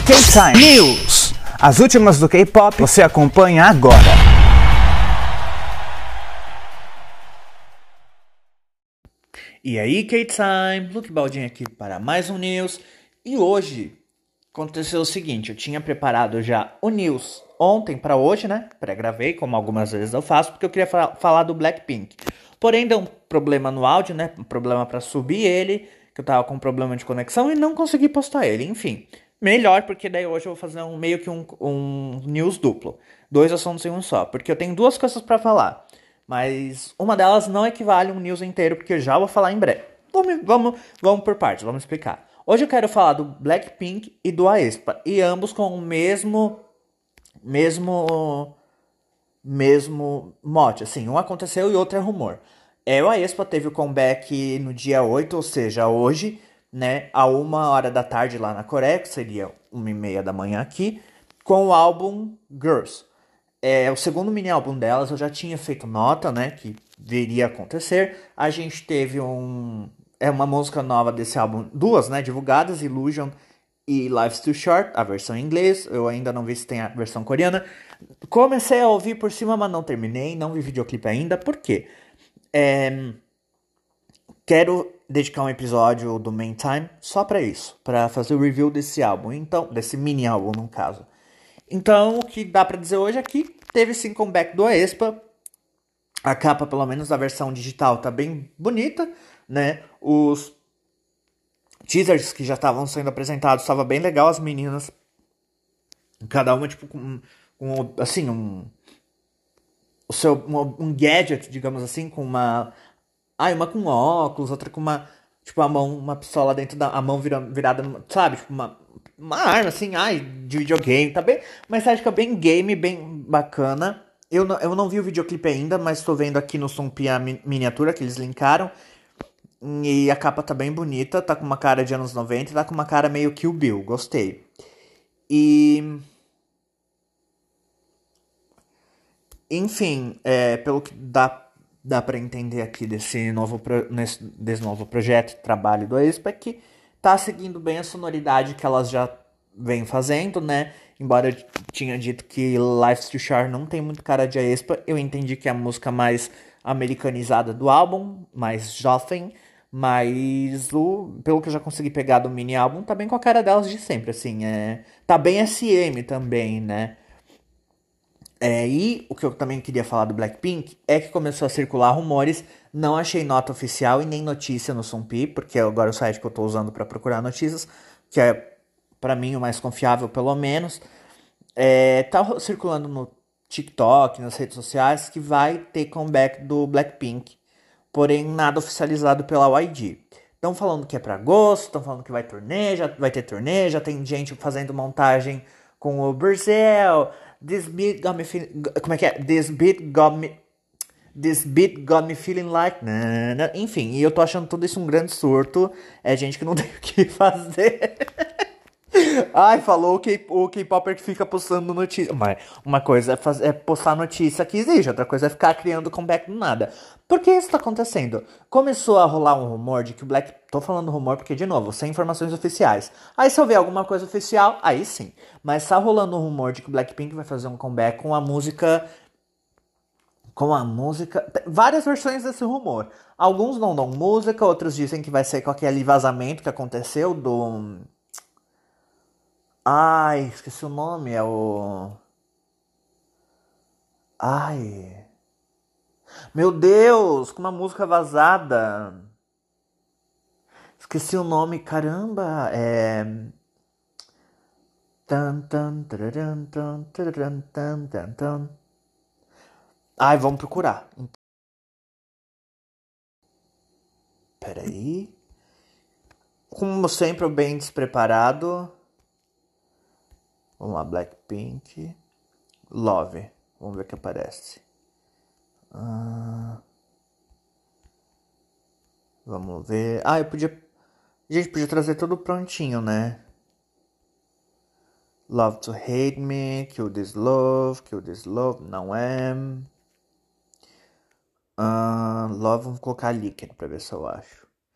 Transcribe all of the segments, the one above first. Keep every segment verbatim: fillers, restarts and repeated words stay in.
K-Time News. As últimas do K-pop você acompanha agora. E aí, K-Time, Luke Baldin aqui para mais um News. E hoje aconteceu o seguinte, eu tinha preparado já o News ontem para hoje, né? Pré-gravei, como algumas vezes eu faço, porque eu queria fa- falar do Blackpink. Porém, deu um problema no áudio, né? Um problema para subir ele, que eu tava com um problema de conexão e não consegui postar ele. Enfim, melhor, porque daí hoje eu vou fazer um meio que um, um news duplo. Dois assuntos em um só, porque eu tenho duas coisas para falar. Mas uma delas não equivale a um news inteiro, porque eu já vou falar em breve. Vamos, vamos, vamos por partes, vamos explicar. Hoje eu quero falar do Blackpink e do aespa, e ambos com o mesmo, mesmo, mesmo mote, assim, um aconteceu e outro é rumor. É, o aespa teve o comeback no dia oito, ou seja, hoje, né, a uma hora da tarde lá na Coreia, que seria uma e meia da manhã aqui, com o álbum Girls. É o segundo mini álbum delas, eu já tinha feito nota, né, que viria a acontecer. A gente teve um... É uma música nova desse álbum, duas, né, divulgadas, Illusion e Life's Too Short, a versão em inglês. Eu ainda não vi se tem a versão coreana. Comecei a ouvir por cima, mas não terminei, não vi videoclipe ainda. Por quê? É... Quero dedicar um episódio do Main Time só pra isso, pra fazer o review desse álbum, então, desse mini álbum, no caso. Então, o que dá pra dizer hoje é que teve sim comeback do aespa. A capa, pelo menos a versão digital, tá bem bonita, né? Os teasers que já estavam sendo apresentados, estava bem legal, as meninas, cada uma, tipo, com, com assim, um... O seu, um, um gadget, digamos assim, com uma... Ah, uma com óculos, outra com uma... Tipo, a mão, uma pistola dentro da... A mão vira, virada, sabe? Tipo, uma... Uma arma, assim, ai, de videogame, tá bem... Uma estética bem game, bem bacana. Eu não, eu não vi o videoclipe ainda, mas tô vendo aqui no Sumpi a mi- miniatura que eles linkaram. E a capa tá bem bonita, tá com uma cara de anos noventa, tá com uma cara meio Kill Bill, gostei. E... Enfim, é, pelo que dá, dá pra entender aqui desse novo, pro, nesse, desse novo projeto, trabalho do aespa, é que tá seguindo bem a sonoridade que elas já vêm fazendo, né? Embora eu tinha dito que Life's Too Short não tem muito cara de aespa, eu entendi que é a música mais americanizada do álbum, mais jovem, mas o, pelo que eu já consegui pegar do mini álbum, tá bem com a cara delas de sempre, assim, é, tá bem S M também, né? É, e o que eu também queria falar do Blackpink é que começou a circular rumores, não achei nota oficial e nem notícia no Sumpi, porque agora é o site que eu tô usando para procurar notícias, que é para mim o mais confiável pelo menos, é, tá circulando no TikTok, nas redes sociais, que vai ter comeback do Blackpink, porém nada oficializado pela Y G. Estão falando que é para agosto, estão falando que vai turnê, já vai ter turnê, já tem gente fazendo montagem com o Brazil. This beat got me feeling. Como é que é? This beat got me. This beat got me feeling like. Na, na. Enfim, e eu tô achando tudo isso um grande surto. É gente que não tem o que fazer. Ai, falou o K- o K-Popper que fica postando notícia. Mas uma coisa é, faz- é postar notícia que existe, outra coisa é ficar criando comeback do nada. Por que isso tá acontecendo? Começou a rolar um rumor de que o Black... Tô falando rumor porque, de novo, sem informações oficiais. Aí se eu ver alguma coisa oficial, aí sim. Mas tá rolando um rumor de que o Blackpink vai fazer um comeback com a música... Com a música... Tem várias versões desse rumor. Alguns não dão música, outros dizem que vai ser com aquele vazamento que aconteceu do... Ai, esqueci o nome, é o... Ai... Meu Deus, com uma música vazada. Esqueci o nome, caramba, é... Tan, tan, tararam, tan, tararam, tan, tan, tan. Ai, vamos procurar. Peraí. Como sempre, eu bem despreparado. Vamos lá, Blackpink. Love. Vamos ver o que aparece. Ah, vamos ver. Ah, eu podia... A gente podia trazer tudo prontinho, né? Love to Hate Me, Kill This Love, Kill This Love, não é. Uh, love, vamos colocar líquido pra ver se eu acho.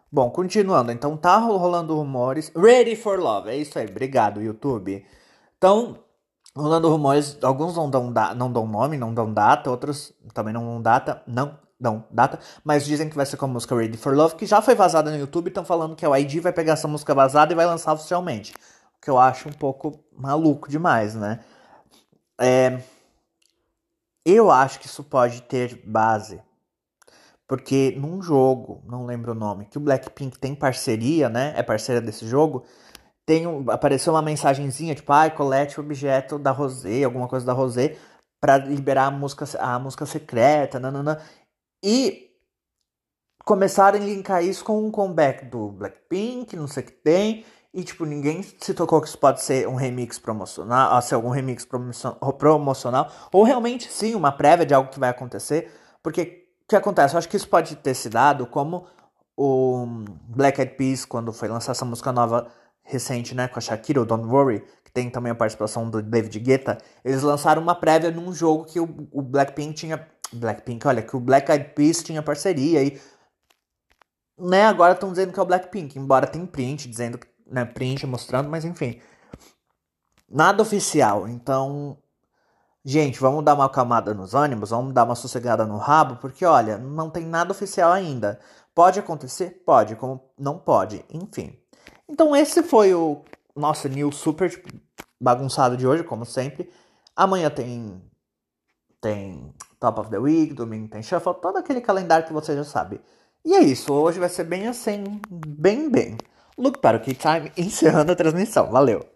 Bom, continuando, então tá rolando rumores. Ready for Love, é isso aí, obrigado, YouTube. Então, rolando rumores, alguns não dão, da, não dão nome, não dão data, outros também não dão data, não dão data, mas dizem que vai ser com a música Ready for Love, que já foi vazada no YouTube, estão falando que o I D vai pegar essa música vazada e vai lançar oficialmente. O que eu acho um pouco maluco demais, né? É, eu acho que isso pode ter base. Porque num jogo, não lembro o nome, que o Blackpink tem parceria, né? É parceira desse jogo. Tem um, apareceu uma mensagenzinha, tipo, ai, ah, colete o objeto da Rosé, alguma coisa da Rosé, pra liberar a música, a música secreta, nanana. E começaram a linkar isso com um comeback do Blackpink, não sei o que tem. E, tipo, ninguém se tocou que isso pode ser um remix promocional, ser algum remix promocional, ou realmente, sim, uma prévia de algo que vai acontecer. Porque, o que acontece? Eu acho que isso pode ter se dado como o Black Eyed Peas, quando foi lançar essa música nova recente, né, com a Shakira, o Don't Worry, que tem também a participação do David Guetta, eles lançaram uma prévia num jogo que o, o Blackpink tinha... Blackpink, olha, que o Black Eyed Peas tinha parceria e né, agora estão dizendo que é o Blackpink, embora tem print dizendo, né, print mostrando, mas enfim, nada oficial. Então, gente, vamos dar uma acalmada nos ânimos, vamos dar uma sossegada no rabo, porque olha, não tem nada oficial ainda. Pode acontecer? Pode, como não pode, enfim. Então esse foi o nosso news super tipo, bagunçado de hoje, como sempre. Amanhã tem tem Top of the Week, domingo tem Shuffle, todo aquele calendário que você já sabe. E é isso, hoje vai ser bem assim, bem bem. Look para o Key Time, encerrando a transmissão. Valeu!